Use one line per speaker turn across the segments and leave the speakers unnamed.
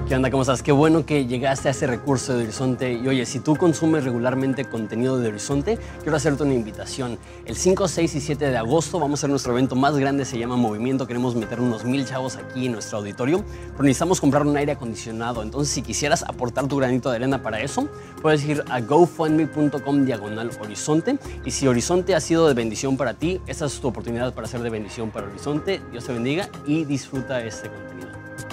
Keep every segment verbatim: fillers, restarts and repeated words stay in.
¿Qué onda? ¿Cómo estás? Qué bueno que llegaste a este recurso de Horizonte. Y oye, si tú consumes regularmente contenido de Horizonte, quiero hacerte una invitación. El cinco, seis y siete de agosto vamos a hacer nuestro evento más grande, se llama Movimiento. Queremos meter unos mil chavos aquí en nuestro auditorio, pero necesitamos comprar un aire acondicionado. Entonces, si quisieras aportar tu granito de arena para eso, puedes ir a gofundme punto com diagonal Horizonte. Y si Horizonte ha sido de bendición para ti, esta es tu oportunidad para ser de bendición para Horizonte. Dios te bendiga y disfruta este contenido.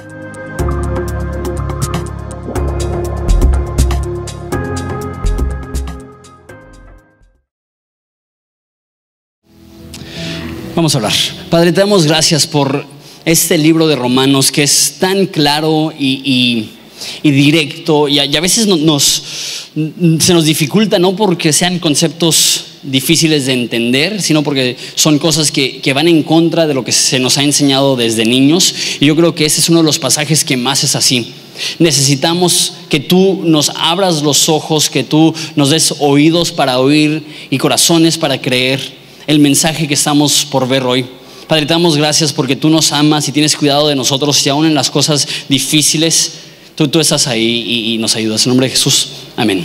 Vamos a hablar. Padre, te damos gracias por este libro de Romanos que es tan claro y, y, y directo y a, y a veces no, nos, se nos dificulta, no porque sean conceptos difíciles de entender, sino porque son cosas que, que van en contra de lo que se nos ha enseñado desde niños. Y yo creo que ese es uno de los pasajes que más es así. Necesitamos que tú nos abras los ojos, que tú nos des oídos para oír y corazones para creer el mensaje que estamos por ver hoy. Padre, te damos gracias porque tú nos amas y tienes cuidado de nosotros, y aún en las cosas difíciles tú, tú estás ahí y, y nos ayudas. En nombre de Jesús, amén.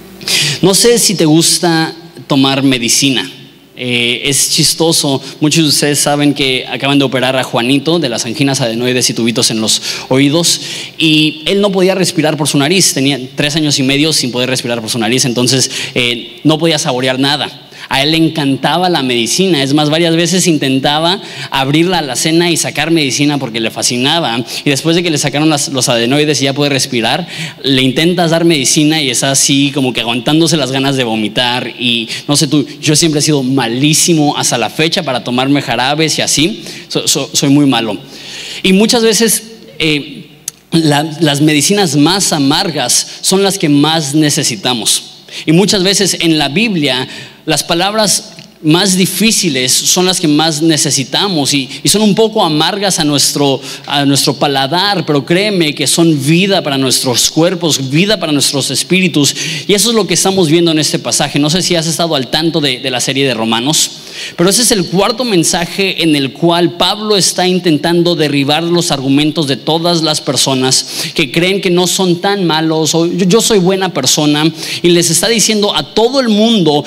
No sé si te gusta tomar medicina. Eh, es chistoso, muchos de ustedes saben que acaban de operar a Juanito de las anginas adenoides y tubitos en los oídos, y él no podía respirar por su nariz. Tenía tres años y medio sin poder respirar por su nariz, entonces eh, no podía saborear nada. A él le encantaba la medicina, es más, varias veces intentaba abrir la alacena y sacar medicina porque le fascinaba. Y después de que le sacaron las, los adenoides y ya puede respirar, le intentas dar medicina y está así como que aguantándose las ganas de vomitar. Y no sé tú, yo siempre he sido malísimo hasta la fecha para tomarme jarabes y así, so, so, soy muy malo. Y muchas veces eh, la, las medicinas más amargas son las que más necesitamos. Y muchas veces en la Biblia las palabras más difíciles son las que más necesitamos y, y son un poco amargas a nuestro, a nuestro paladar, pero créeme que son vida para nuestros cuerpos, vida para nuestros espíritus. Y eso es lo que estamos viendo en este pasaje. No sé si has estado al tanto de, de la serie de Romanos, pero ese es el cuarto mensaje en el cual Pablo está intentando derribar los argumentos de todas las personas que creen que no son tan malos, o yo, yo soy buena persona, y les está diciendo a todo el mundo: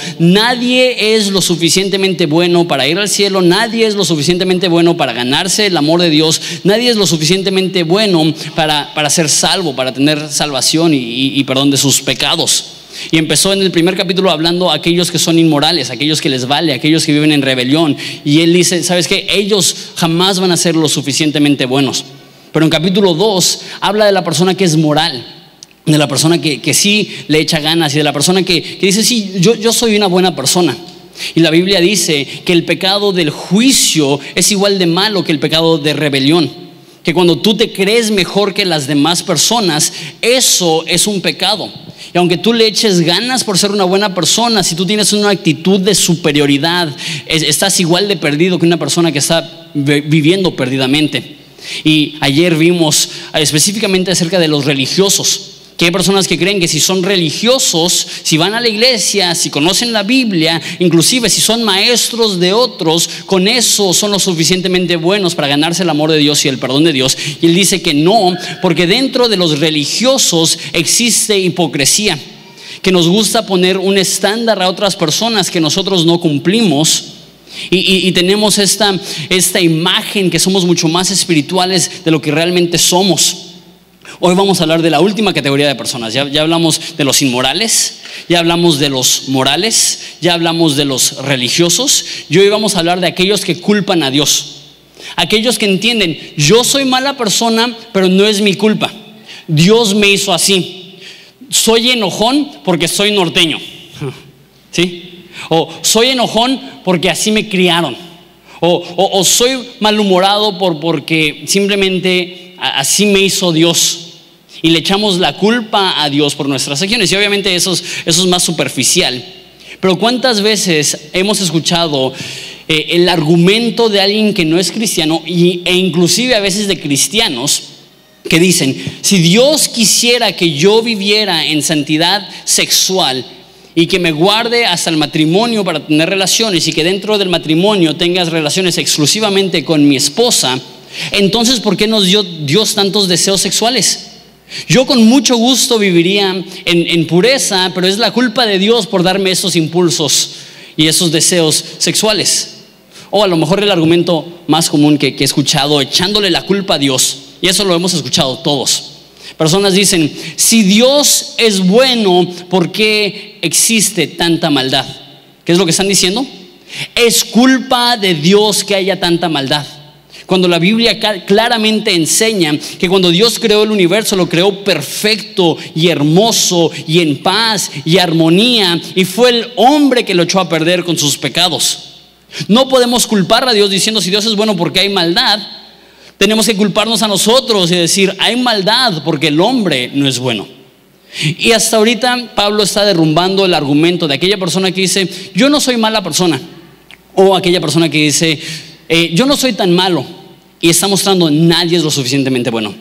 nadie es lo suficientemente bueno para ir al cielo, nadie es lo suficientemente bueno para ganarse el amor de Dios, nadie es lo suficientemente bueno para, para ser salvo, para tener salvación y, y, y perdón de sus pecados. Y empezó en el primer capítulo hablando a aquellos que son inmorales, aquellos que les vale, aquellos que viven en rebelión. Y él dice, ¿sabes qué? Ellos jamás van a ser lo suficientemente buenos. Pero en capítulo dos habla de la persona que es moral, de la persona que, que sí le echa ganas, y de la persona que, que dice, sí, yo, yo soy una buena persona. Y la Biblia dice que el pecado del juicio es igual de malo que el pecado de rebelión. Que cuando tú te crees mejor que las demás personas, eso es un pecado. Y aunque tú le eches ganas por ser una buena persona, si tú tienes una actitud de superioridad, estás igual de perdido que una persona que está viviendo perdidamente. Y ayer vimos específicamente acerca de los religiosos, que hay personas que creen que si son religiosos, si van a la iglesia, si conocen la Biblia, inclusive si son maestros de otros, con eso son lo suficientemente buenos para ganarse el amor de Dios y el perdón de Dios. Y él dice que no, porque dentro de los religiosos existe hipocresía, que nos gusta poner un estándar a otras personas que nosotros no cumplimos. Y, y, y tenemos esta, esta imagen que somos mucho más espirituales de lo que realmente somos. Hoy vamos a hablar de la última categoría de personas. Ya, ya hablamos de los inmorales, ya hablamos de los morales, ya hablamos de los religiosos, y hoy vamos a hablar de aquellos que culpan a Dios. Aquellos que entienden, yo soy mala persona, pero no es mi culpa. Dios me hizo así. Soy enojón porque soy norteño, ¿sí? O soy enojón porque así me criaron. O, o, o soy malhumorado por, porque simplemente así me hizo Dios. Y le echamos la culpa a Dios por nuestras acciones. Y obviamente eso es, eso es más superficial. Pero ¿cuántas veces hemos escuchado eh, el argumento de alguien que no es cristiano, y, e inclusive a veces de cristianos, que dicen, si Dios quisiera que yo viviera en santidad sexual y que me guarde hasta el matrimonio para tener relaciones, y que dentro del matrimonio tengas relaciones exclusivamente con mi esposa, entonces ¿por qué nos dio Dios tantos deseos sexuales? Yo con mucho gusto viviría en, en pureza, pero es la culpa de Dios por darme esos impulsos y esos deseos sexuales. O a lo mejor el argumento más común que, que he escuchado, echándole la culpa a Dios, y eso lo hemos escuchado todos. Personas dicen, si Dios es bueno, ¿por qué existe tanta maldad? ¿Qué es lo que están diciendo? Es culpa de Dios que haya tanta maldad. Cuando la Biblia claramente enseña que cuando Dios creó el universo, lo creó perfecto y hermoso y en paz y armonía, y fue el hombre que lo echó a perder con sus pecados. No podemos culpar a Dios diciendo, si Dios es bueno porque hay maldad. Tenemos que culparnos a nosotros y decir, hay maldad porque el hombre no es bueno. Y hasta ahorita Pablo está derrumbando el argumento de aquella persona que dice, yo no soy mala persona, o aquella persona que dice, eh, yo no soy tan malo, y está mostrando, nadie es lo suficientemente bueno.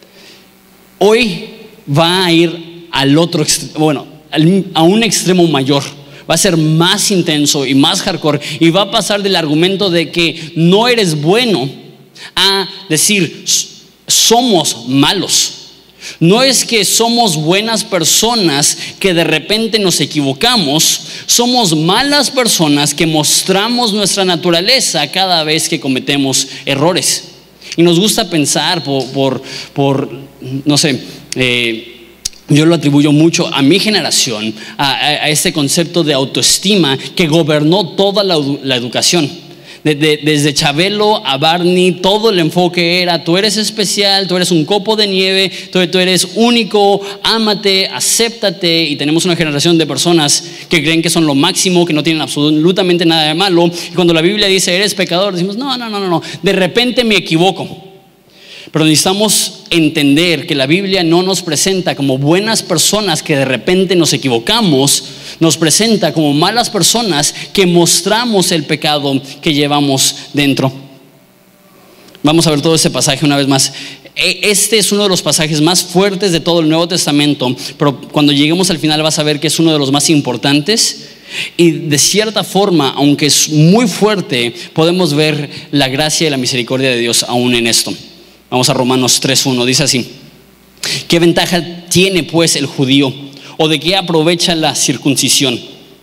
Hoy va a ir al otro extremo, bueno, a un extremo mayor. Va a ser más intenso y más hardcore, y va a pasar del argumento de que no eres bueno a decir, somos malos. No es que somos buenas personas que de repente nos equivocamos, somos malas personas que mostramos nuestra naturaleza cada vez que cometemos errores. Y nos gusta pensar por, por, por no sé, eh, yo lo atribuyo mucho a mi generación, a, a, a este concepto de autoestima que gobernó toda la, la educación. De, de, desde Chabelo a Barney, todo el enfoque era, tú eres especial, tú eres un copo de nieve, tú, tú eres único, ámate, acéptate. Y tenemos una generación de personas que creen que son lo máximo, que no tienen absolutamente nada de malo. Y cuando la Biblia dice, eres pecador, decimos, no, no, no, no, no. De repente me equivoco. Pero necesitamos entender que la Biblia no nos presenta como buenas personas que de repente nos equivocamos, nos presenta como malas personas que mostramos el pecado que llevamos dentro. Vamos a ver todo ese pasaje una vez más. Este es uno de los pasajes más fuertes de todo el Nuevo Testamento, pero cuando lleguemos al final vas a ver que es uno de los más importantes. Y de cierta forma, aunque es muy fuerte, podemos ver la gracia y la misericordia de Dios aún en esto. Vamos a Romanos tres uno, dice así: ¿qué ventaja tiene pues el judío? ¿O de qué aprovecha la circuncisión?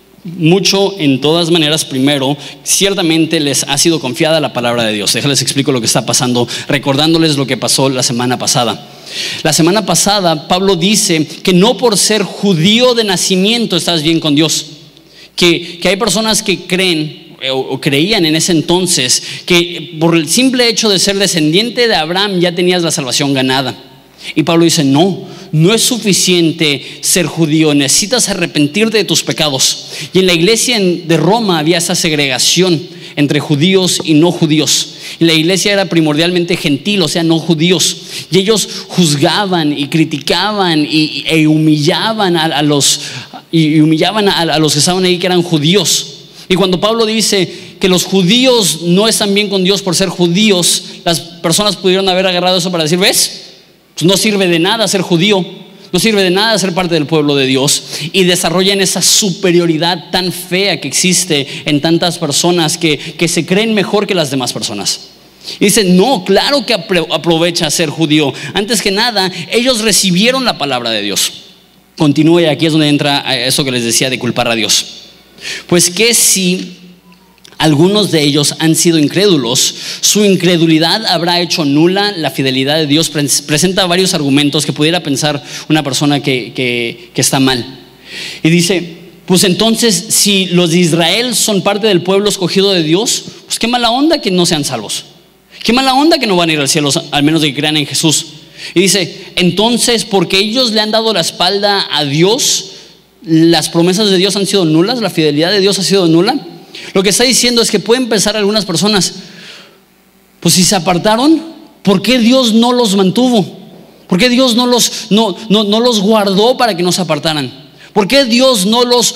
Mucho, en todas maneras. Primero, ciertamente les ha sido confiada la palabra de Dios. Déjales explico lo que está pasando, recordándoles lo que pasó la semana pasada. La semana pasada Pablo dice que no por ser judío de nacimiento estás bien con Dios. Que, que hay personas que creen o creían en ese entonces que por el simple hecho de ser descendiente de Abraham ya tenías la salvación ganada. Y Pablo dice, no, no es suficiente ser judío, necesitas arrepentirte de tus pecados. Y en la iglesia de Roma había esa segregación entre judíos y no judíos. Y la iglesia era primordialmente gentil, o sea, no judíos. Y ellos juzgaban y criticaban y, e humillaban a, a los y humillaban a, a los que estaban ahí que eran judíos. Y cuando Pablo dice que los judíos no están bien con Dios por ser judíos, las personas pudieron haber agarrado eso para decir, ¿ves? Pues no sirve de nada ser judío, no sirve de nada ser parte del pueblo de Dios. Y desarrollan esa superioridad tan fea que existe en tantas personas que, que se creen mejor que las demás personas. Y dicen, no, claro que aprovecha ser judío. Antes que nada, ellos recibieron la palabra de Dios. Continúe, aquí es donde entra eso que les decía de culpar a Dios. Pues que si algunos de ellos han sido incrédulos, su incredulidad habrá hecho nula la fidelidad de Dios. Presenta varios argumentos que pudiera pensar una persona que, que, que está mal. Y dice, pues entonces si los de Israel son parte del pueblo escogido de Dios, pues qué mala onda que no sean salvos. Qué mala onda que no van a ir al cielo, al menos de que crean en Jesús. Y dice, entonces porque ellos le han dado la espalda a Dios, las promesas de Dios han sido nulas, la fidelidad de Dios ha sido nula. Lo que está diciendo es que pueden pensar algunas personas, pues si se apartaron, ¿por qué Dios no los mantuvo? ¿Por qué Dios no los, no, no, no los guardó para que no se apartaran? ¿Por qué Dios no los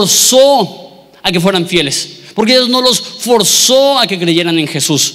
forzó a que fueran fieles? ¿Por qué Dios no los forzó a que creyeran en Jesús?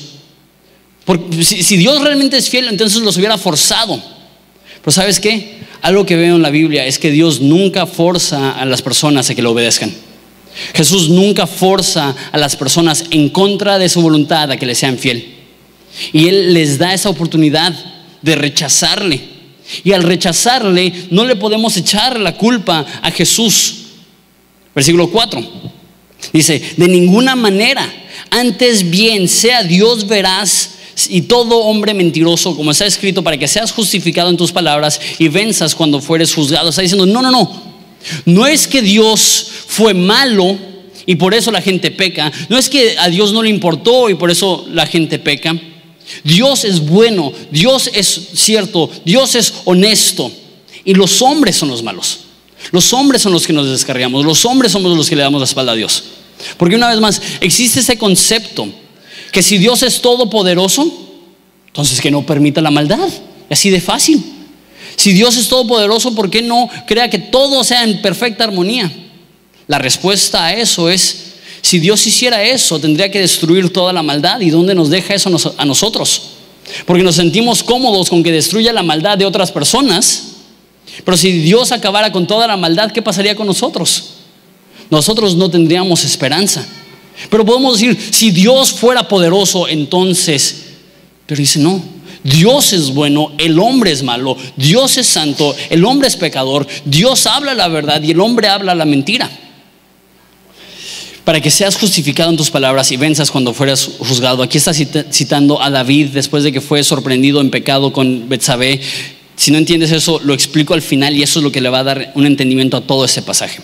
Porque si, si Dios realmente es fiel, entonces los hubiera forzado. Pero ¿sabes qué? Algo que veo en la Biblia es que Dios nunca forza a las personas a que lo obedezcan. Jesús nunca forza a las personas en contra de su voluntad a que le sean fiel. Y Él les da esa oportunidad de rechazarle. Y al rechazarle, no le podemos echar la culpa a Jesús. Versículo cuatro. Dice, de ninguna manera, antes bien sea Dios veraz y todo hombre mentiroso, como está escrito, para que seas justificado en tus palabras y venzas cuando fueres juzgado. Está diciendo, no, no, no. No es que Dios fue malo y por eso la gente peca. No es que a Dios no le importó y por eso la gente peca. Dios es bueno, Dios es cierto, Dios es honesto. Y los hombres son los malos. Los hombres son los que nos descarriamos. Los hombres somos los que le damos la espalda a Dios. Porque una vez más, existe ese concepto que si Dios es todopoderoso, entonces que no permita la maldad. Así de fácil. Si Dios es todopoderoso, ¿por qué no crea que todo sea en perfecta armonía? La respuesta a eso es, si Dios hiciera eso, tendría que destruir toda la maldad. ¿Y dónde nos deja eso a nosotros? Porque nos sentimos cómodos con que destruya la maldad de otras personas. Pero si Dios acabara con toda la maldad, ¿qué pasaría con nosotros? Nosotros no tendríamos esperanza. Pero podemos decir, si Dios fuera poderoso, entonces, pero dice no, Dios es bueno, el hombre es malo, Dios es santo, el hombre es pecador, Dios habla la verdad y el hombre habla la mentira. Para que seas justificado en tus palabras y venzas cuando fueras juzgado. Aquí está citando a David después de que fue sorprendido en pecado con Betsabé. Si no entiendes eso, lo explico al final y eso es lo que le va a dar un entendimiento a todo ese pasaje.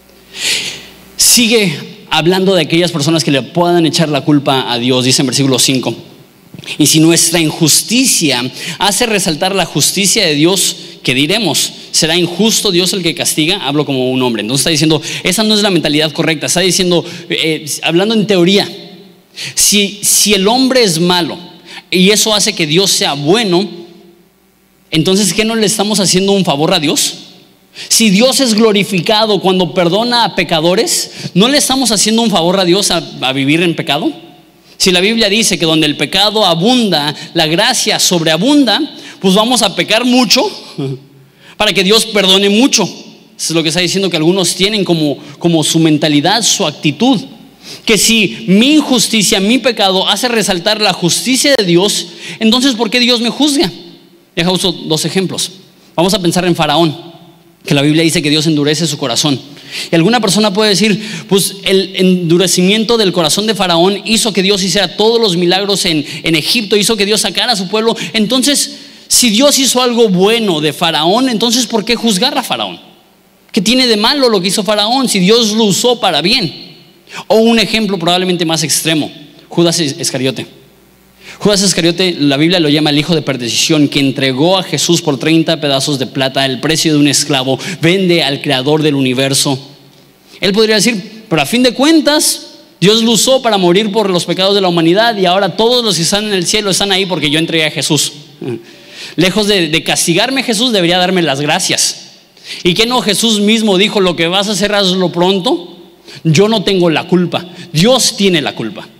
Sigue hablando de aquellas personas que le puedan echar la culpa a Dios. Dice en versículo cinco, y si nuestra injusticia hace resaltar la justicia de Dios, ¿qué diremos? ¿Será injusto Dios el que castiga? Hablo como un hombre. Entonces está diciendo, esa no es la mentalidad correcta. Está diciendo, eh, hablando en teoría, si, si el hombre es malo y eso hace que Dios sea bueno, entonces ¿qué no le estamos haciendo un favor a Dios? Si Dios es glorificado cuando perdona a pecadores, ¿no le estamos haciendo un favor a Dios a, a vivir en pecado? Si la Biblia dice que donde el pecado abunda, la gracia sobreabunda, pues vamos a pecar mucho para que Dios perdone mucho. Eso es lo que está diciendo que algunos tienen como, como su mentalidad, su actitud. Que si mi injusticia, mi pecado hace resaltar la justicia de Dios, entonces ¿por qué Dios me juzga? Deja uso dos ejemplos. Vamos a pensar en Faraón, que la Biblia dice que Dios endurece su corazón. Y alguna persona puede decir, pues el endurecimiento del corazón de Faraón hizo que Dios hiciera todos los milagros en, en Egipto, hizo que Dios sacara a su pueblo. Entonces, si Dios hizo algo bueno de Faraón, entonces ¿por qué juzgar a Faraón? ¿Qué tiene de malo lo que hizo Faraón si Dios lo usó para bien? O un ejemplo probablemente más extremo, Judas Iscariote. Judas Iscariote, la Biblia lo llama el hijo de perdición, que entregó a Jesús por treinta pedazos de plata, el precio de un esclavo, vende al creador del universo. Él podría decir, pero a fin de cuentas, Dios lo usó para morir por los pecados de la humanidad y ahora todos los que están en el cielo están ahí porque yo entregué a Jesús. Lejos de, de castigarme, Jesús debería darme las gracias. ¿Y qué no? Jesús mismo dijo, lo que vas a hacer, hazlo pronto. Yo no tengo la culpa, Dios tiene la culpa.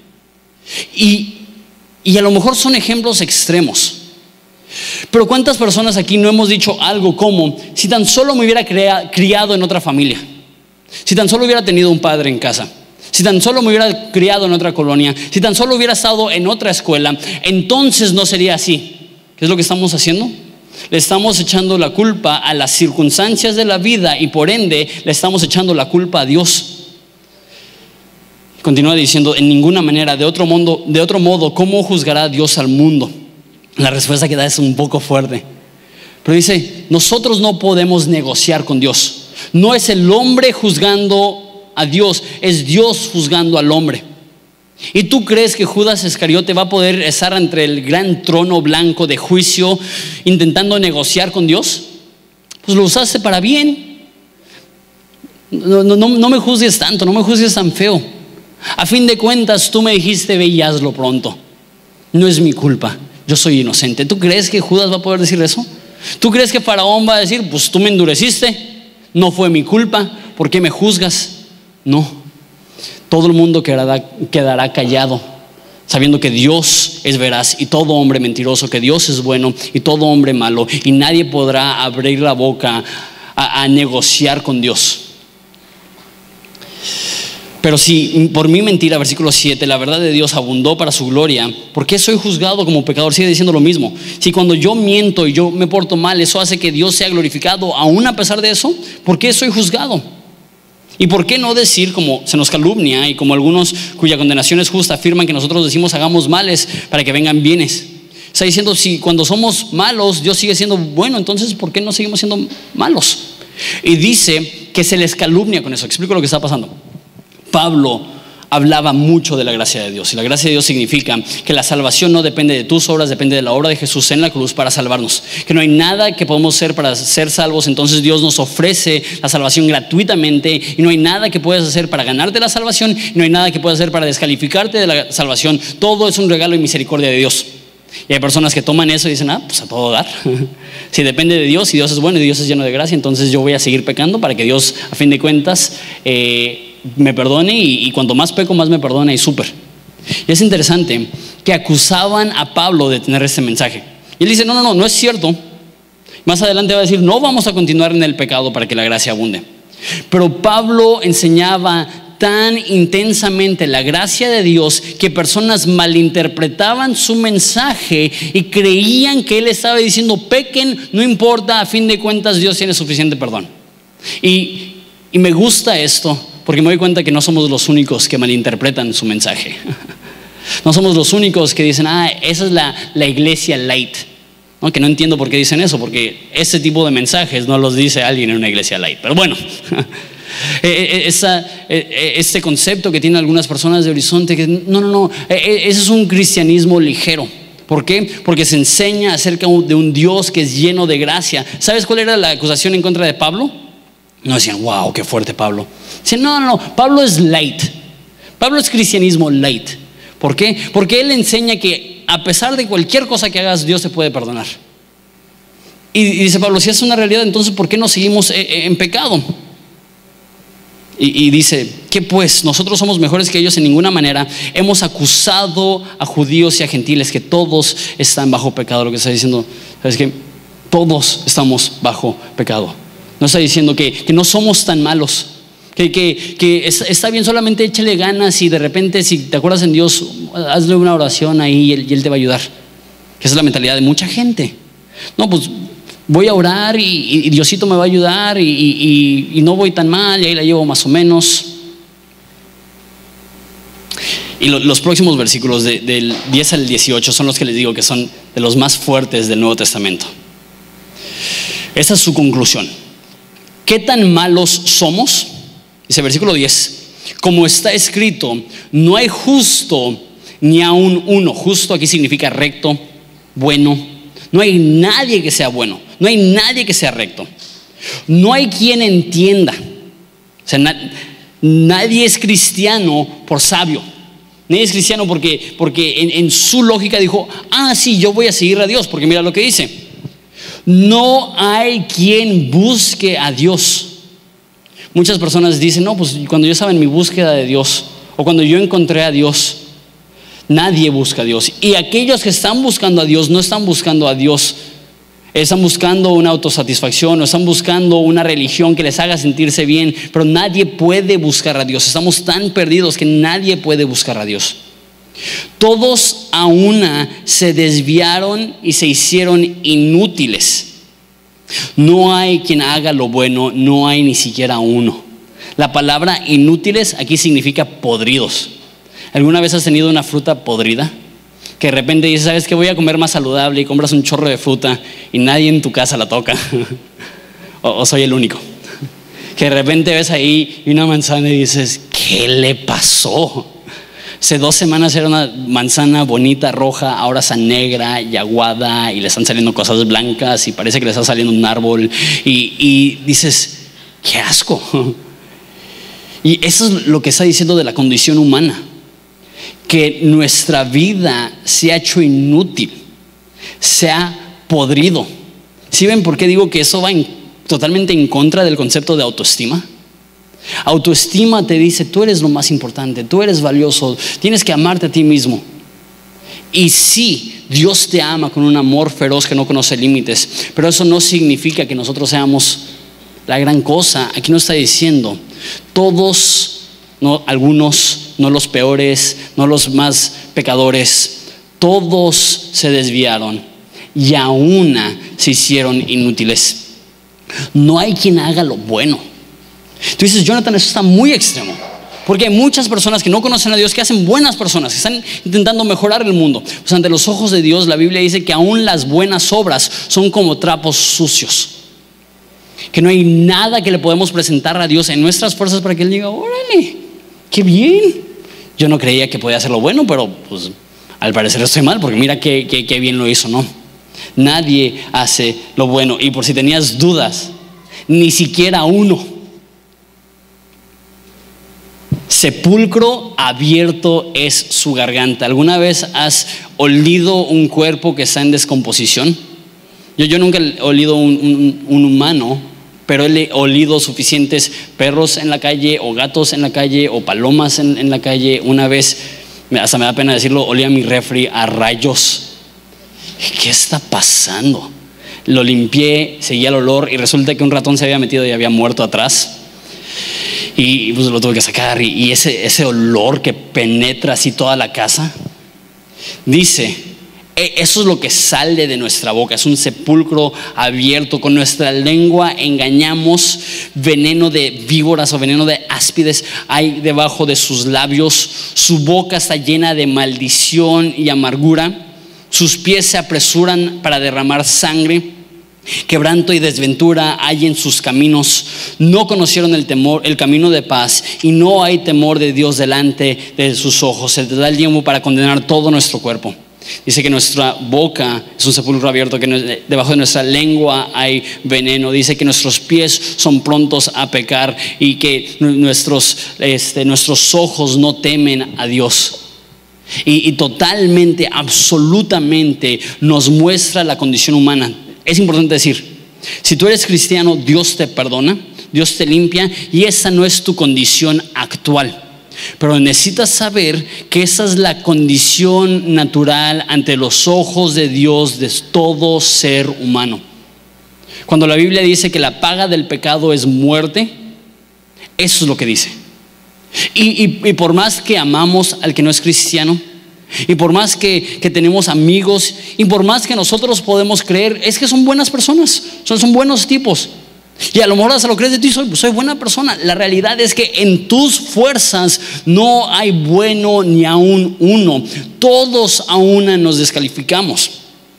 Y Y a lo mejor son ejemplos extremos. Pero ¿cuántas personas aquí no hemos dicho algo como, si tan solo me hubiera crea, criado en otra familia? Si tan solo hubiera tenido un padre en casa. Si tan solo me hubiera criado en otra colonia. Si tan solo hubiera estado en otra escuela, entonces no sería así. ¿Qué es lo que estamos haciendo? Le estamos echando la culpa a las circunstancias de la vida y por ende le estamos echando la culpa a Dios. Continúa diciendo, en ninguna manera, de otro modo, de otro modo, ¿cómo juzgará Dios al mundo? La respuesta que da es un poco fuerte. Pero dice, nosotros no podemos negociar con Dios. No es el hombre juzgando a Dios, es Dios juzgando al hombre. ¿Y tú crees que Judas Iscariote va a poder estar entre el gran trono blanco de juicio intentando negociar con Dios? Pues lo usaste para bien. No, no, no me juzgues tanto, no me juzgues tan feo. A fin de cuentas, tú me dijiste, ve y hazlo pronto. No es mi culpa, yo soy inocente. ¿Tú crees que Judas va a poder decir eso? ¿Tú crees que Faraón va a decir, pues tú me endureciste, no fue mi culpa, ¿por qué me juzgas? No, todo el mundo quedará, quedará callado, sabiendo que Dios es veraz y todo hombre mentiroso, que Dios es bueno y todo hombre malo, y nadie podrá abrir la boca a, a negociar con Dios. Pero si por mi mentira, versículo siete, la verdad de Dios abundó para su gloria, ¿por qué soy juzgado como pecador? Sigue diciendo lo mismo. Si cuando yo miento y yo me porto mal, eso hace que Dios sea glorificado, aún a pesar de eso, ¿por qué soy juzgado? ¿Y por qué no decir, como se nos calumnia y como algunos cuya condenación es justa afirman que nosotros decimos hagamos males para que vengan bienes? Está diciendo, si cuando somos malos Dios sigue siendo bueno, entonces ¿por qué no seguimos siendo malos? Y dice que se les calumnia con eso. Explico lo que está pasando. Pablo hablaba mucho de la gracia de Dios, y la gracia de Dios significa que la salvación no depende de tus obras, depende de la obra de Jesús en la cruz para salvarnos, que no hay nada que podemos hacer para ser salvos. Entonces Dios nos ofrece la salvación gratuitamente, y no hay nada que puedas hacer para ganarte la salvación, y no hay nada que puedas hacer para descalificarte de la salvación. Todo es un regalo y misericordia de Dios. Y hay personas que toman eso y dicen, ah, pues a todo dar. Si depende de Dios, y Dios es bueno y Dios es lleno de gracia, entonces yo voy a seguir pecando para que Dios, a fin de cuentas, eh, me perdone, y, y cuanto más peco, más me perdona, y súper. Y es interesante que acusaban a Pablo de tener este mensaje. Y él dice, no, no, no, no es cierto. Más adelante va a decir, no vamos a continuar en el pecado para que la gracia abunde. Pero Pablo enseñaba tan intensamente la gracia de Dios que personas malinterpretaban su mensaje y creían que él estaba diciendo, pequen, no importa, a fin de cuentas Dios tiene suficiente perdón. Y, y me gusta esto, porque me doy cuenta que no somos los únicos que malinterpretan su mensaje. No somos los únicos que dicen, ah, esa es la, la iglesia light. ¿No? Que no entiendo por qué dicen eso, porque ese tipo de mensajes no los dice alguien en una iglesia light. Pero bueno, esa, este concepto que tienen algunas personas de Horizonte, que no, no, no, ese es un cristianismo ligero. ¿Por qué? Porque se enseña acerca de un Dios que es lleno de gracia. ¿Sabes cuál era la acusación en contra de Pablo? No decían, wow, qué fuerte Pablo. Dicen, no, no, no, Pablo es light. Pablo es cristianismo light. ¿Por qué? Porque él enseña que a pesar de cualquier cosa que hagas, Dios te puede perdonar. Y, y dice Pablo, si es una realidad, entonces ¿por qué no seguimos en pecado? Y, y dice, ¿qué pues? Nosotros somos mejores que ellos en ninguna manera. Hemos acusado a judíos y a gentiles que todos están bajo pecado. Lo que está diciendo, ¿sabes qué? Todos estamos bajo pecado. No está diciendo que, que no somos tan malos, que, que, que está bien, solamente échale ganas, y de repente si te acuerdas en Dios, hazle una oración ahí y él, y él te va a ayudar. Que esa es la mentalidad de mucha gente. No, pues voy a orar y, y Diosito me va a ayudar, y, y, y no voy tan mal, y ahí la llevo más o menos. Y lo, los próximos versículos de, del diez al dieciocho son los que les digo que son de los más fuertes del Nuevo Testamento. Esa es su conclusión. ¿Qué tan malos somos? Dice versículo diez, como está escrito, no hay justo ni aun uno. Justo aquí significa recto, bueno. No hay nadie que sea bueno, no hay nadie que sea recto. No hay quien entienda. O sea, na, nadie es cristiano por sabio. Nadie es cristiano porque, porque en, en su lógica dijo, ah, sí, yo voy a seguir a Dios, porque mira lo que dice. No hay quien busque a Dios. Muchas personas dicen, no, pues cuando yo estaba en mi búsqueda de Dios, o cuando yo encontré a Dios, nadie busca a Dios. Y aquellos que están buscando a Dios no están buscando a Dios, están buscando una autosatisfacción, o están buscando una religión que les haga sentirse bien, pero nadie puede buscar a Dios. Estamos tan perdidos que nadie puede buscar a Dios. Todos a una se desviaron y se hicieron inútiles. No hay quien haga lo bueno, no hay ni siquiera uno. La palabra inútiles aquí significa podridos. ¿Alguna vez has tenido una fruta podrida? Que de repente dices, ¿sabes qué? Voy a comer más saludable, y compras un chorro de fruta y nadie en tu casa la toca. o, o soy el único. Que de repente ves ahí una manzana y dices, ¿qué le pasó? Hace dos semanas era una manzana bonita, roja, ahora está negra y aguada, y le están saliendo cosas blancas y parece que le está saliendo un árbol, y, y dices, qué asco. Y eso es lo que está diciendo de la condición humana, que nuestra vida se ha hecho inútil, se ha podrido. ¿Sí ven por qué digo que eso va en, totalmente en contra del concepto de autoestima? Autoestima te dice, tú eres lo más importante, tú eres valioso, tienes que amarte a ti mismo. Y sí, Dios te ama con un amor feroz que no conoce límites, pero eso no significa que nosotros seamos la gran cosa. Aquí no está diciendo, todos no algunos, no los peores, no los más pecadores. Todos se desviaron y a una se hicieron inútiles. No hay quien haga lo bueno. Tú dices, Jonathan, eso está muy extremo. Porque hay muchas personas que no conocen a Dios, que hacen buenas personas, que están intentando mejorar el mundo. Pues ante los ojos de Dios, la Biblia dice que aún las buenas obras son como trapos sucios. Que no hay nada que le podemos presentar a Dios en nuestras fuerzas para que Él diga, órale, qué bien. Yo no creía que podía hacer lo bueno, pero pues al parecer estoy mal, porque mira qué, qué, qué bien lo hizo, ¿no? Nadie hace lo bueno. Y por si tenías dudas, ni siquiera uno. Sepulcro abierto es su garganta. ¿Alguna vez has olido un cuerpo que está en descomposición? Yo, yo nunca he olido un, un, un humano, pero he olido suficientes perros en la calle, o gatos en la calle, o palomas en, en la calle. Una vez, hasta me da pena decirlo, olía mi refri a rayos. ¿Qué está pasando? Lo limpié, seguía el olor y resulta que un ratón se había metido y había muerto atrás. Y pues lo tuve que sacar, y, y ese, ese olor que penetra así toda la casa. Dice, eso es lo que sale de nuestra boca, es un sepulcro abierto. Con nuestra lengua engañamos, veneno de víboras o veneno de áspides hay debajo de sus labios. Su boca está llena de maldición y amargura. Sus pies se apresuran para derramar sangre. Quebranto y desventura hay en sus caminos. No conocieron el temor, el camino de paz, y no hay temor de Dios delante de sus ojos. Se te da el tiempo para condenar todo nuestro cuerpo. Dice que nuestra boca es un sepulcro abierto, que debajo de nuestra lengua hay veneno. Dice que nuestros pies son prontos a pecar y que nuestros, este, nuestros ojos no temen a Dios. Y, y totalmente, absolutamente nos muestra la condición humana. Es importante decir, si tú eres cristiano, Dios te perdona, Dios te limpia, y esa no es tu condición actual. Pero necesitas saber que esa es la condición natural ante los ojos de Dios de todo ser humano. Cuando la Biblia dice que la paga del pecado es muerte, eso es lo que dice. Y, y, y por más que amamos al que no es cristiano, y por más que, que tenemos amigos, y por más que nosotros podemos creer, es que son buenas personas, son, son buenos tipos, y a lo mejor hasta lo crees de ti, soy, soy buena persona. La realidad es que en tus fuerzas no hay bueno ni aún uno. Todos a una nos descalificamos.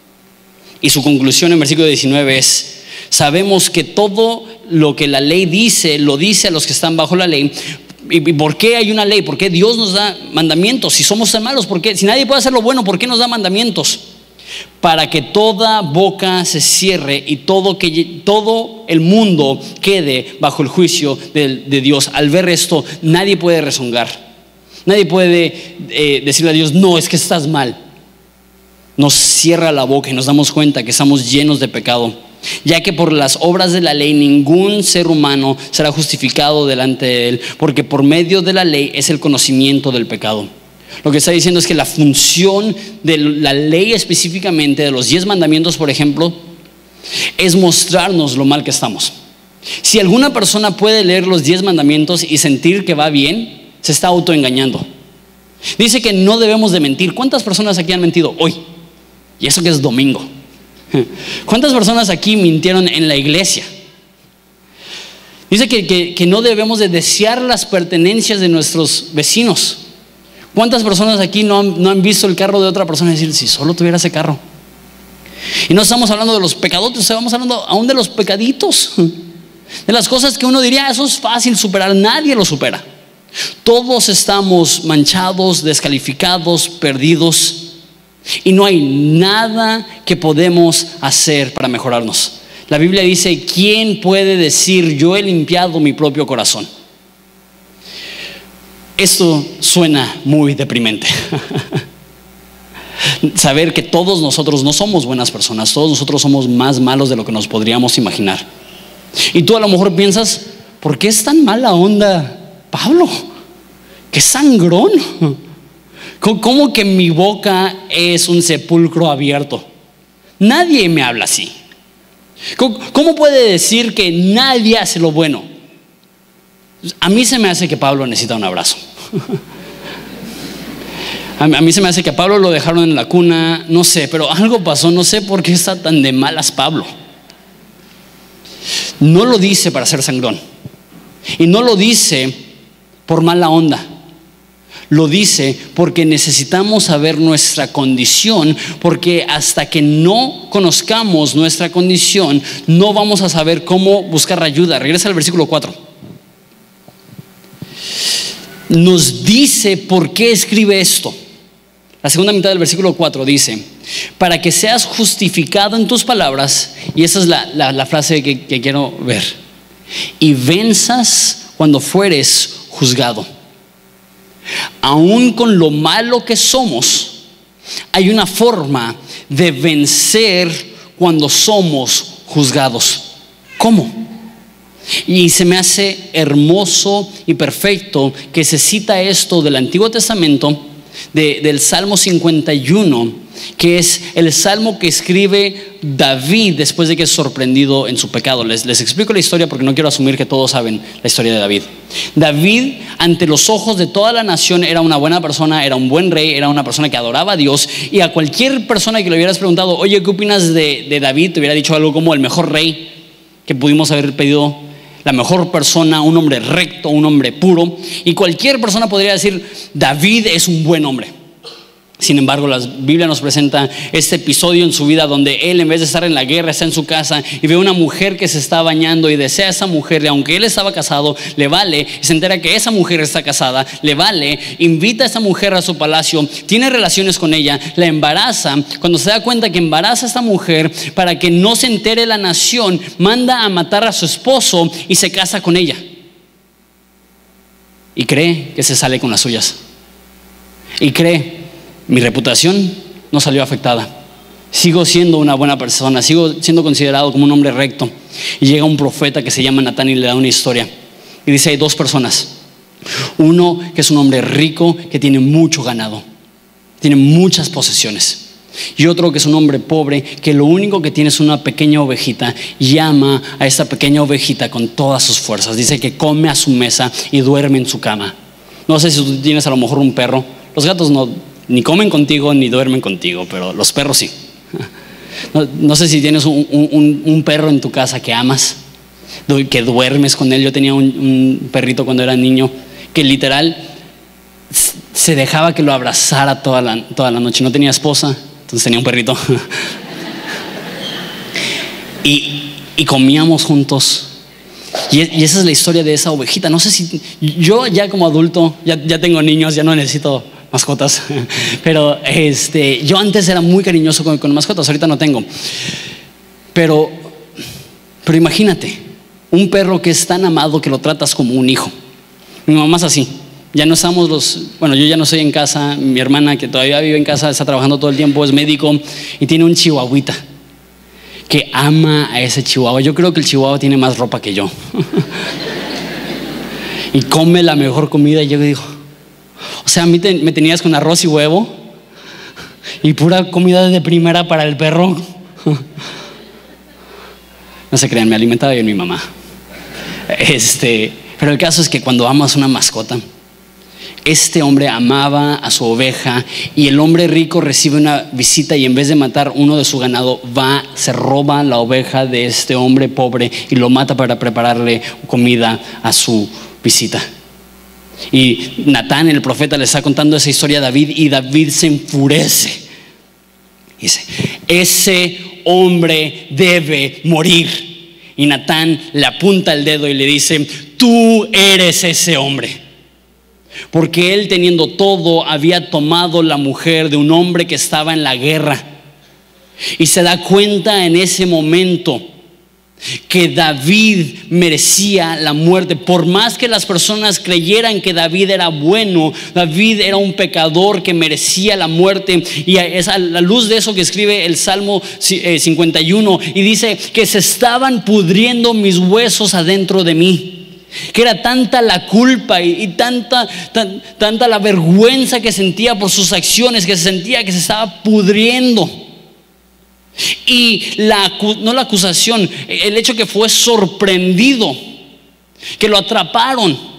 Y su conclusión en versículo diecinueve es: sabemos que todo lo que la ley dice, lo dice a los que están bajo la ley. ¿Y por qué hay una ley? ¿Por qué Dios nos da mandamientos? Si somos tan malos, ¿por qué? Si nadie puede hacer lo bueno, ¿por qué nos da mandamientos? Para que toda boca se cierre y todo, que, todo el mundo quede bajo el juicio de, de Dios. Al ver esto, nadie puede rezongar. Nadie puede eh, decirle a Dios, no, es que estás mal. Nos cierra la boca y nos damos cuenta que estamos llenos de pecado, ya que por las obras de la ley ningún ser humano será justificado delante de él, porque por medio de la ley es el conocimiento del pecado. Lo que está diciendo es que la función de la ley, específicamente de los diez mandamientos, por ejemplo, es mostrarnos lo mal que estamos. Si alguna persona puede leer los diez mandamientos y sentir que va bien, se está autoengañando. Dice que no debemos de mentir. ¿Cuántas personas aquí han mentido hoy? Y eso que es domingo. ¿Cuántas personas aquí mintieron en la iglesia? Dice que, que, que no debemos de desear las pertenencias de nuestros vecinos. ¿Cuántas personas aquí no han, no han visto el carro de otra persona y decir, si solo tuviera ese carro? Y no estamos hablando de los pecadotes, estamos hablando aún de los pecaditos, de las cosas que uno diría, eso es fácil superar. Nadie lo supera. Todos estamos manchados, descalificados, perdidos, y no hay nada que podemos hacer para mejorarnos. La Biblia dice, ¿quién puede decir yo he limpiado mi propio corazón? Esto suena muy deprimente. Saber que todos nosotros no somos buenas personas, todos nosotros somos más malos de lo que nos podríamos imaginar. Y tú a lo mejor piensas, ¿por qué es tan mala onda Pablo? ¡Qué sangrón! ¿Cómo que mi boca es un sepulcro abierto? Nadie me habla así. ¿Cómo puede decir que nadie hace lo bueno? A mí se me hace que Pablo necesita un abrazo. A mí se me hace que a Pablo lo dejaron en la cuna, no sé, pero algo pasó, no sé por qué está tan de malas Pablo. No lo dice para ser sangrón, y no lo dice por mala onda. Lo dice porque necesitamos saber nuestra condición, porque hasta que no conozcamos nuestra condición, no vamos a saber cómo buscar ayuda. Regresa al versículo cuatro. Nos dice por qué escribe esto. La segunda mitad del versículo cuatro dice: para que seas justificado en tus palabras, y esa es la, la, la frase que, que quiero ver, y venzas cuando fueres juzgado. Aún con lo malo que somos, hay una forma de vencer cuando somos juzgados. ¿Cómo? Y se me hace hermoso y perfecto que se cita esto del Antiguo Testamento, de, del Salmo cincuenta y uno, que es el salmo que escribe David después de que es sorprendido en su pecado. Les, les explico la historia porque no quiero asumir que todos saben la historia de David. David, ante los ojos de toda la nación, era una buena persona, era un buen rey, era una persona que adoraba a Dios, y a cualquier persona que le hubieras preguntado: oye, ¿qué opinas de, de David?, te hubiera dicho algo como: el mejor rey que pudimos haber pedido, la mejor persona, un hombre recto, un hombre puro. Y cualquier persona podría decir: David es un buen hombre. Sin embargo, la Biblia nos presenta este episodio en su vida donde él, en vez de estar en la guerra, está en su casa y ve una mujer que se está bañando y desea a esa mujer, y aunque él estaba casado, le vale, y se entera que esa mujer está casada, le vale, invita a esa mujer a su palacio, tiene relaciones con ella, la embaraza. Cuando se da cuenta que embaraza a esta mujer, para que no se entere la nación, manda a matar a su esposo y se casa con ella. Y cree que se sale con las suyas. Y cree: mi reputación no salió afectada, sigo siendo una buena persona, sigo siendo considerado como un hombre recto. Y llega un profeta que se llama Natán y le da una historia, y dice: hay dos personas, uno que es un hombre rico que tiene mucho ganado, tiene muchas posesiones, y otro que es un hombre pobre que lo único que tiene es una pequeña ovejita, y ama a esta pequeña ovejita con todas sus fuerzas. Dice que come a su mesa y duerme en su cama. No sé si tú tienes a lo mejor un perro. Los gatos no ni comen contigo ni duermen contigo, pero los perros sí. No, no sé si tienes un, un, un perro en tu casa que amas, que duermes con él. Yo tenía un, un perrito cuando era niño que literal se dejaba que lo abrazara toda la, toda la noche. No tenía esposa, entonces tenía un perrito. y, y comíamos juntos. Y, y esa es la historia de esa ovejita. No sé si yo ya como adulto, ya, ya tengo niños, ya no necesito mascotas, pero este, yo antes era muy cariñoso con, con mascotas, ahorita no tengo. Pero, pero imagínate, un perro que es tan amado que lo tratas como un hijo. Mi mamá es así. Ya no estamos los, bueno, yo ya no estoy en casa. Mi hermana, que todavía vive en casa, está trabajando todo el tiempo, es médico, y tiene un chihuahuita que ama a ese chihuahua. Yo creo que el chihuahua tiene más ropa que yo. Y come la mejor comida. Y yo digo: o sea, a mí te, me tenías con arroz y huevo y pura comida de primera para el perro. No se crean, me alimentaba bien mi mamá. Este, pero el caso es que cuando amas una mascota, este hombre amaba a su oveja, y el hombre rico recibe una visita, y en vez de matar uno de su ganado, va, se roba la oveja de este hombre pobre y lo mata para prepararle comida a su visita. Y Natán, el profeta, le está contando esa historia a David, y David se enfurece. Dice: ese hombre debe morir. Y Natán le apunta el dedo y le dice: tú eres ese hombre. Porque él, teniendo todo, había tomado la mujer de un hombre que estaba en la guerra. Y se da cuenta en ese momento que David merecía la muerte. Por más que las personas creyeran que David era bueno, David era un pecador que merecía la muerte. Y es a la luz de eso que escribe el Salmo cincuenta y uno, y dice que se estaban pudriendo mis huesos adentro de mí. Que era tanta la culpa y, y tanta, tan, tanta la vergüenza que sentía por sus acciones, que se sentía que se estaba pudriendo. Y la, no la acusación, el hecho que fue sorprendido, que lo atraparon,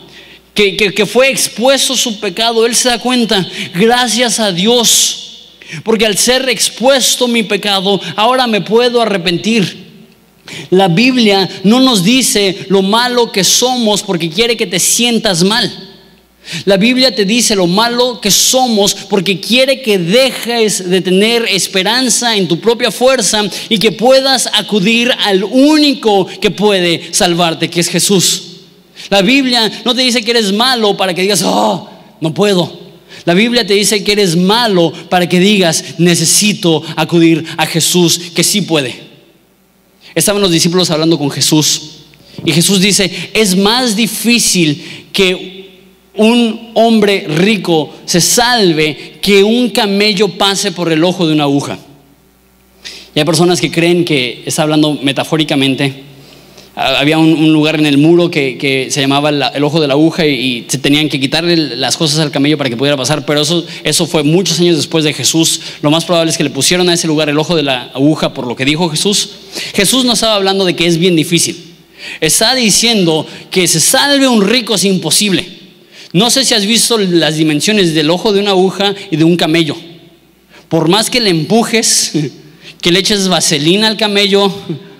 que, que, que fue expuesto su pecado, él se da cuenta, gracias a Dios, porque al ser expuesto mi pecado, ahora me puedo arrepentir. La Biblia no nos dice lo malo que somos porque quiere que te sientas mal. La Biblia te dice lo malo que somos porque quiere que dejes de tener esperanza en tu propia fuerza y que puedas acudir al único que puede salvarte, que es Jesús. La Biblia no te dice que eres malo para que digas, oh, no puedo. La Biblia te dice que eres malo para que digas, necesito acudir a Jesús, que sí puede. Estaban los discípulos hablando con Jesús y Jesús dice, es más difícil que un hombre rico se salve que un camello pase por el ojo de una aguja. Y hay personas que creen que está hablando metafóricamente. Había un, un lugar en el muro que, que se llamaba la, el ojo de la aguja y, y se tenían que quitarle las cosas al camello para que pudiera pasar, pero eso, eso fue muchos años después de Jesús. Lo más probable es que le pusieron a ese lugar el ojo de la aguja por lo que dijo Jesús. Jesús no estaba hablando de que es bien difícil, está diciendo que se salve un rico es imposible. No sé si has visto las dimensiones del ojo de una aguja y de un camello. Por más que le empujes, que le eches vaselina al camello,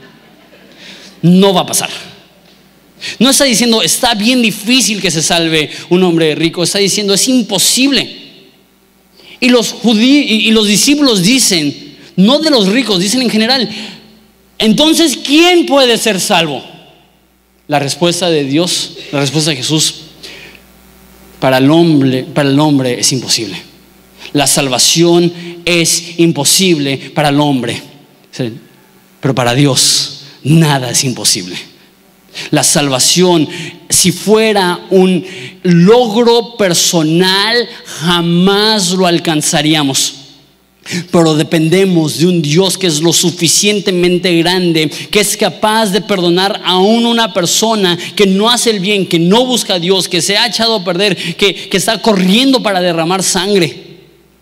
no va a pasar. No está diciendo está bien difícil que se salve un hombre rico, está diciendo es imposible. Y los judíos y los discípulos dicen, no de los ricos, dicen en general, entonces ¿quién puede ser salvo? La respuesta de Dios, la respuesta de Jesús, para el hombre, para el hombre es imposible. La salvación es imposible para el hombre, pero para Dios nada es imposible. La salvación, si fuera un logro personal, jamás lo alcanzaríamos. Pero dependemos de un Dios que es lo suficientemente grande, que es capaz de perdonar aún una persona que no hace el bien, que no busca a Dios, que se ha echado a perder, que, que está corriendo para derramar sangre.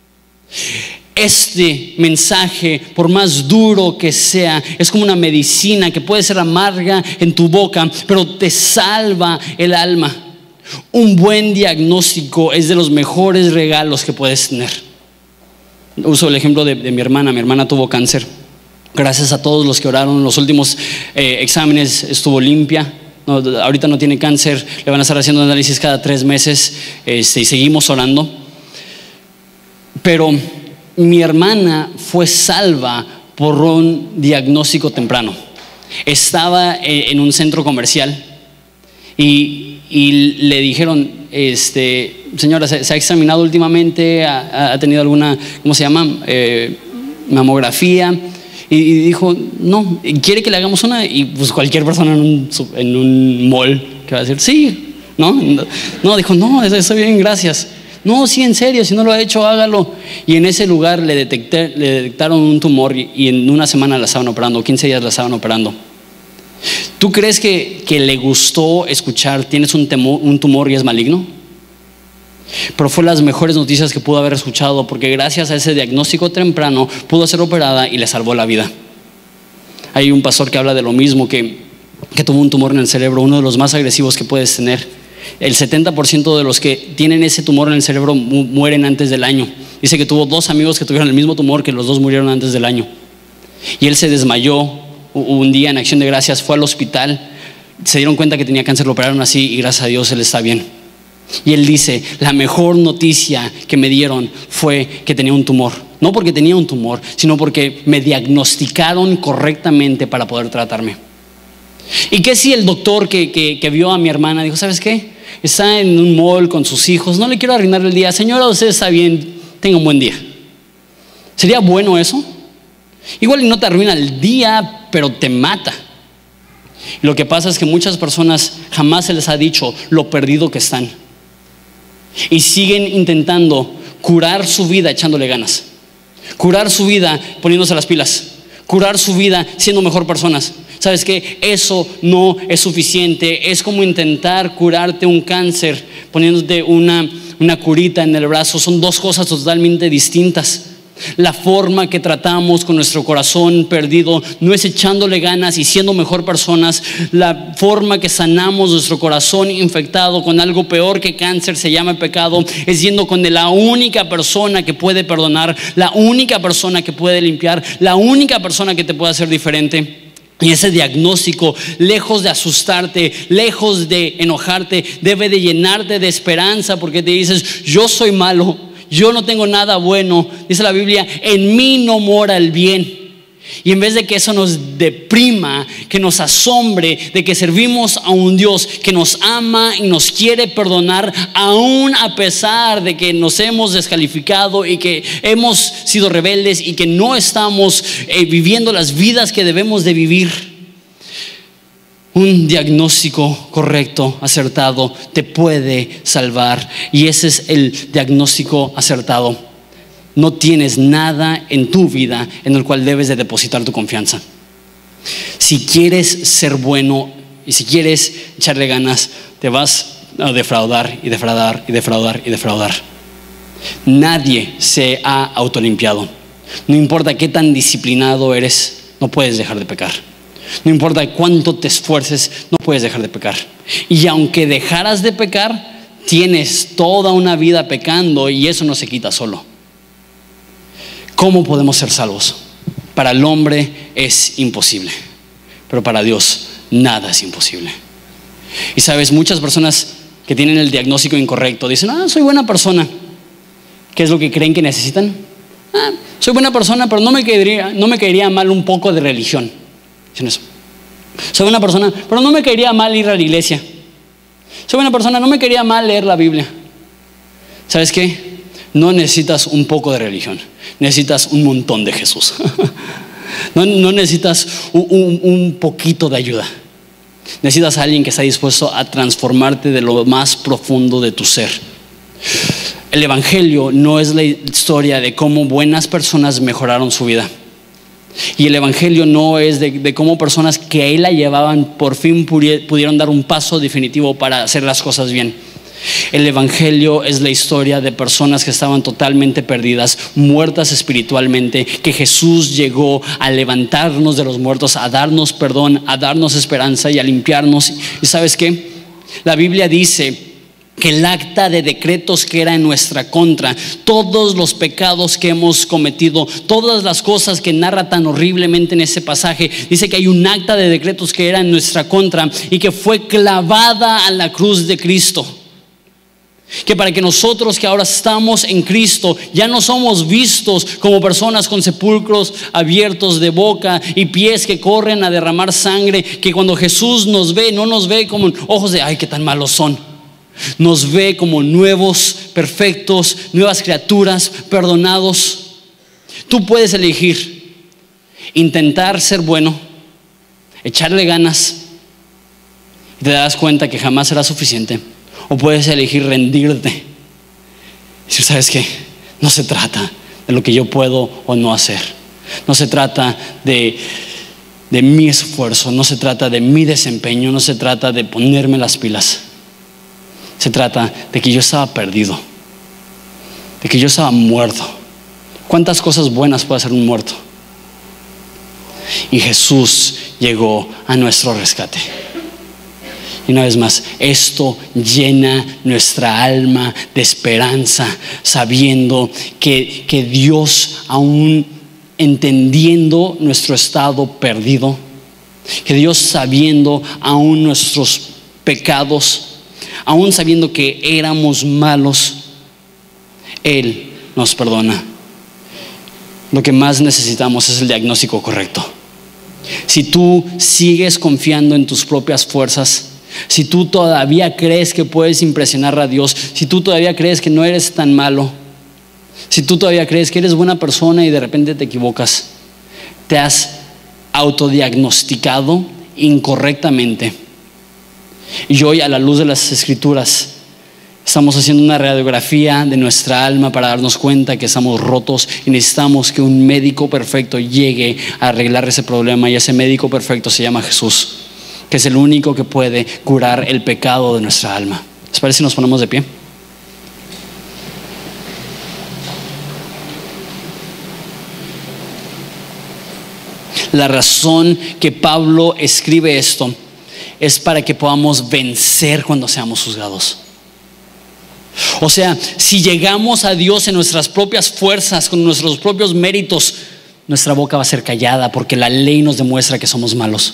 Este mensaje, por más duro que sea, es como una medicina que puede ser amarga en tu boca, pero te salva el alma. Un buen diagnóstico es de los mejores regalos que puedes tener. Uso el ejemplo de, de mi hermana. Mi hermana tuvo cáncer. Gracias a todos los que oraron. Los últimos eh, exámenes estuvo limpia. No, ahorita no tiene cáncer. Le van a estar haciendo análisis cada tres meses este, y seguimos orando. Pero mi hermana fue salva por un diagnóstico temprano. Estaba en un centro comercial y, y le dijeron, este, señora, ¿se, se ha examinado últimamente? ¿Ha, ha tenido alguna, cómo se llama? Eh, mamografía. Y, y dijo, no, ¿quiere que le hagamos una? Y pues cualquier persona en un, en un mall que va a decir, sí, ¿no? No, dijo, no, está bien, gracias. No, sí, en serio, si no lo ha hecho, hágalo. Y en ese lugar le, detecté, le detectaron un tumor y, y en una semana la estaban operando, quince días la estaban operando. ¿Tú crees que, que le gustó escuchar, tienes un, temor, un tumor y es maligno? Pero fue las mejores noticias que pudo haber escuchado, porque gracias a ese diagnóstico temprano pudo ser operada y le salvó la vida. Hay un pastor que habla de lo mismo, que, que tuvo un tumor en el cerebro, uno de los más agresivos que puedes tener. El setenta por ciento de los que tienen ese tumor en el cerebro mu- mueren antes del año. Dice que tuvo dos amigos que tuvieron el mismo tumor, que los dos murieron antes del año. Y él se desmayó un día en Acción de Gracias, fue al hospital, se dieron cuenta que tenía cáncer, lo operaron así y gracias a Dios él está bien. Y él dice, la mejor noticia que me dieron fue que tenía un tumor. No porque tenía un tumor, sino porque me diagnosticaron correctamente para poder tratarme. ¿Y qué si el doctor que, que, que vio a mi hermana dijo, ¿sabes qué? Está en un mall con sus hijos, no le quiero arruinar el día. Señora, usted está bien, tenga un buen día. ¿Sería bueno eso? Igual y no te arruina el día, pero te mata. Y lo que pasa es que muchas personas jamás se les ha dicho lo perdido que están. Y siguen intentando curar su vida echándole ganas. Curar su vida poniéndose las pilas. Curar su vida siendo mejor personas. ¿Sabes qué? Eso no es suficiente. Es como intentar curarte un cáncer poniéndote una, una curita en el brazo. Son dos cosas totalmente distintas. La forma que tratamos con nuestro corazón perdido no es echándole ganas y siendo mejor personas. La forma que sanamos nuestro corazón infectado con algo peor que cáncer se llama pecado. Es yendo con la única persona que puede perdonar, la única persona que puede limpiar, la única persona que te puede hacer diferente. Y ese diagnóstico, lejos de asustarte, lejos de enojarte, debe de llenarte de esperanza, porque te dices: yo soy malo, yo no tengo nada bueno. Dice la Biblia: en mí no mora el bien. Y en vez de que eso nos deprima, que nos asombre de que servimos a un Dios que nos ama y nos quiere perdonar, aún a pesar de que nos hemos descalificado y que hemos sido rebeldes y que no estamos eh, viviendo las vidas que debemos de vivir. Un diagnóstico correcto, acertado, te puede salvar. Y ese es el diagnóstico acertado. No tienes nada en tu vida en el cual debes de depositar tu confianza. Si quieres ser bueno y si quieres echarle ganas, te vas a defraudar y defraudar y defraudar y defraudar. Nadie se ha autolimpiado. No importa qué tan disciplinado eres, no puedes dejar de pecar. No importa cuánto te esfuerces, no puedes dejar de pecar. Y aunque dejaras de pecar, tienes toda una vida pecando y eso no se quita solo. ¿Cómo podemos ser salvos? Para el hombre es imposible, pero para Dios nada es imposible. Y sabes, muchas personas que tienen el diagnóstico incorrecto dicen: ah, soy buena persona. ¿Qué es lo que creen que necesitan? Ah, soy buena persona, pero no me caería, no me caería mal un poco de religión. Dicen eso. Soy buena persona, pero no me caería mal ir a la iglesia. Soy buena persona, no me caería mal leer la Biblia. ¿Sabes qué? No necesitas un poco de religión, necesitas un montón de Jesús. No, no necesitas un, un, un poquito de ayuda. Necesitas a alguien que está dispuesto a transformarte de lo más profundo de tu ser. El evangelio no es la historia de cómo buenas personas mejoraron su vida. Y el evangelio no es de, de cómo personas que ahí la llevaban por fin pudieron dar un paso definitivo para hacer las cosas bien. El evangelio es la historia de personas que estaban totalmente perdidas, muertas espiritualmente, que Jesús llegó a levantarnos de los muertos, a darnos perdón, a darnos esperanza y a limpiarnos. ¿Y sabes qué? La Biblia dice que el acta de decretos que era en nuestra contra, todos los pecados que hemos cometido, todas las cosas que narra tan horriblemente en ese pasaje, dice que hay un acta de decretos que era en nuestra contra y que fue clavada a la cruz de Cristo. Que para que nosotros que ahora estamos en Cristo ya no somos vistos como personas con sepulcros abiertos de boca y pies que corren a derramar sangre, que cuando Jesús nos ve no nos ve como ojos de ay, qué tan malos son. Nos ve como nuevos, perfectos, nuevas criaturas, perdonados. Tú puedes elegir intentar ser bueno, echarle ganas y te das cuenta que jamás será suficiente. O puedes elegir rendirte y decir: ¿sabes qué? No se trata de lo que yo puedo o no hacer. No se trata de, de mi esfuerzo. No se trata de mi desempeño. No se trata de ponerme las pilas. Se trata de que yo estaba perdido, de que yo estaba muerto. ¿Cuántas cosas buenas puede hacer un muerto? Y Jesús llegó a nuestro rescate. Y una vez más, esto llena nuestra alma de esperanza, sabiendo que, que Dios, aún entendiendo nuestro estado perdido, que Dios, sabiendo aún nuestros pecados, aún sabiendo que éramos malos, Él nos perdona. Lo que más necesitamos es el diagnóstico correcto. Si tú sigues confiando en tus propias fuerzas, si tú todavía crees que puedes impresionar a Dios, si tú todavía crees que no eres tan malo, si tú todavía crees que eres buena persona y de repente te equivocas, te has autodiagnosticado incorrectamente. Y hoy, a la luz de las Escrituras, estamos haciendo una radiografía de nuestra alma para darnos cuenta que estamos rotos y necesitamos que un médico perfecto llegue a arreglar ese problema. Y ese médico perfecto se llama Jesús, que es el único que puede curar el pecado de nuestra alma. ¿Les parece si nos ponemos de pie? La razón que Pablo escribe esto es para que podamos vencer cuando seamos juzgados. O sea, si llegamos a Dios en nuestras propias fuerzas, con nuestros propios méritos, nuestra boca va a ser callada porque la ley nos demuestra que somos malos.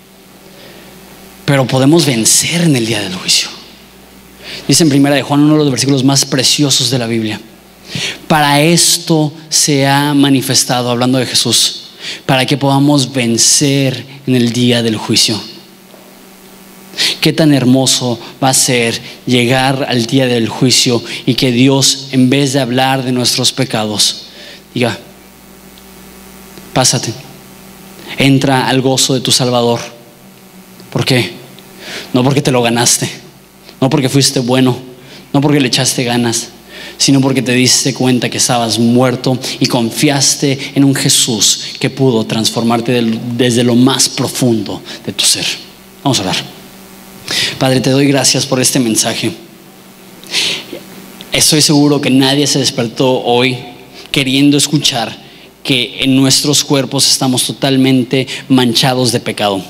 Pero podemos vencer en el día del juicio. Dice en Primera de Juan, uno de los versículos más preciosos de la Biblia: para esto se ha manifestado, hablando de Jesús, para que podamos vencer en el día del juicio. Qué tan hermoso va a ser llegar al día del juicio y que Dios, en vez de hablar de nuestros pecados, diga: pásate, entra al gozo de tu Salvador. ¿Por qué? No porque te lo ganaste, no porque fuiste bueno, no porque le echaste ganas, sino porque te diste cuenta que estabas muerto y confiaste en un Jesús que pudo transformarte desde lo más profundo de tu ser. Vamos a orar. Padre, te doy gracias por este mensaje. Estoy seguro que nadie se despertó hoy queriendo escuchar que en nuestros cuerpos estamos totalmente manchados de pecado.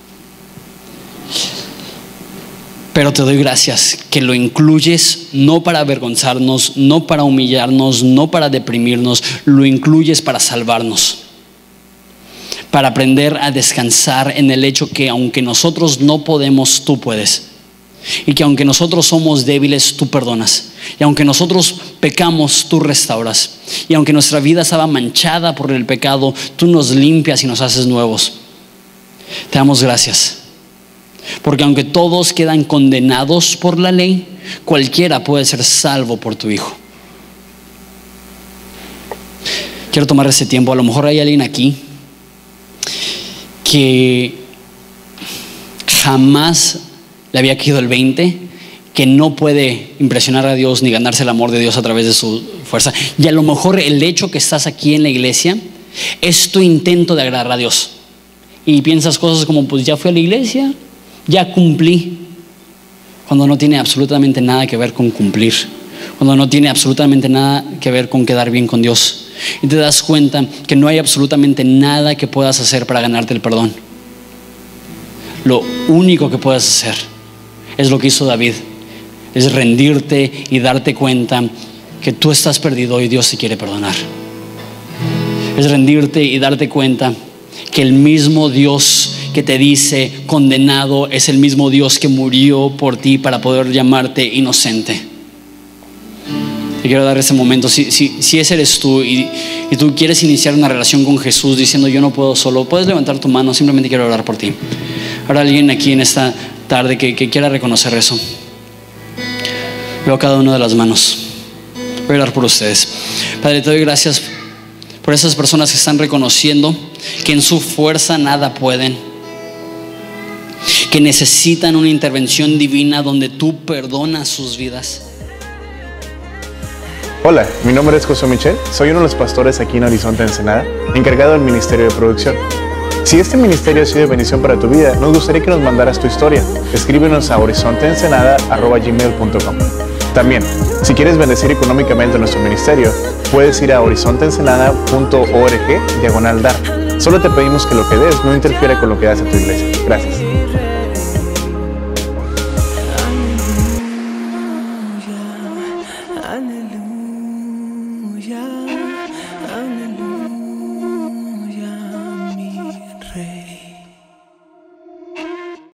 Pero te doy gracias que lo incluyes no para avergonzarnos, no para humillarnos, no para deprimirnos, lo incluyes para salvarnos, para aprender a descansar en el hecho que aunque nosotros no podemos, tú puedes. Y que aunque nosotros somos débiles, tú perdonas. Y aunque nosotros pecamos, tú restauras. Y aunque nuestra vida estaba manchada por el pecado, tú nos limpias y nos haces nuevos. Te damos gracias. Porque aunque todos quedan condenados por la ley, cualquiera puede ser salvo por tu Hijo. Quiero tomar ese tiempo. A lo mejor hay alguien aquí que jamás le había caído el veinte, que no puede impresionar a Dios ni ganarse el amor de Dios a través de su fuerza. Y a lo mejor el hecho que estás aquí en la iglesia es tu intento de agradar a Dios. Y piensas cosas como: pues ya fui a la iglesia, ya cumplí. Cuando no tiene absolutamente nada que ver con cumplir. Cuando no tiene absolutamente nada que ver con quedar bien con Dios. Y te das cuenta que no hay absolutamente nada que puedas hacer para ganarte el perdón. Lo único que puedes hacer es lo que hizo David: es rendirte y darte cuenta que tú estás perdido y Dios te quiere perdonar. Es rendirte y darte cuenta que el mismo Dios que te dice condenado es el mismo Dios que murió por ti para poder llamarte inocente. Te quiero dar ese momento. Si, si, si ese eres tú y, y tú quieres iniciar una relación con Jesús diciendo: yo no puedo solo, puedes levantar tu mano. Simplemente quiero orar por ti. Habrá alguien aquí en esta tarde que, que quiera reconocer eso. Veo cada una de las manos. Voy a orar por ustedes. Padre, te doy gracias por esas personas que están reconociendo que en su fuerza nada pueden, que necesitan una intervención divina donde tú perdonas sus vidas.
Hola, mi nombre es José Michel, soy uno de los pastores aquí en Horizonte Ensenada, encargado del Ministerio de Producción. Si este ministerio ha sido de bendición para tu vida, nos gustaría que nos mandaras tu historia. Escríbenos a horizonteensenada arroba gmail punto com. También, si quieres bendecir económicamente nuestro ministerio, puedes ir a horizonteensenada punto org diagonal dar. Solo te pedimos que lo que des no interfiera con lo que das a tu iglesia. Gracias.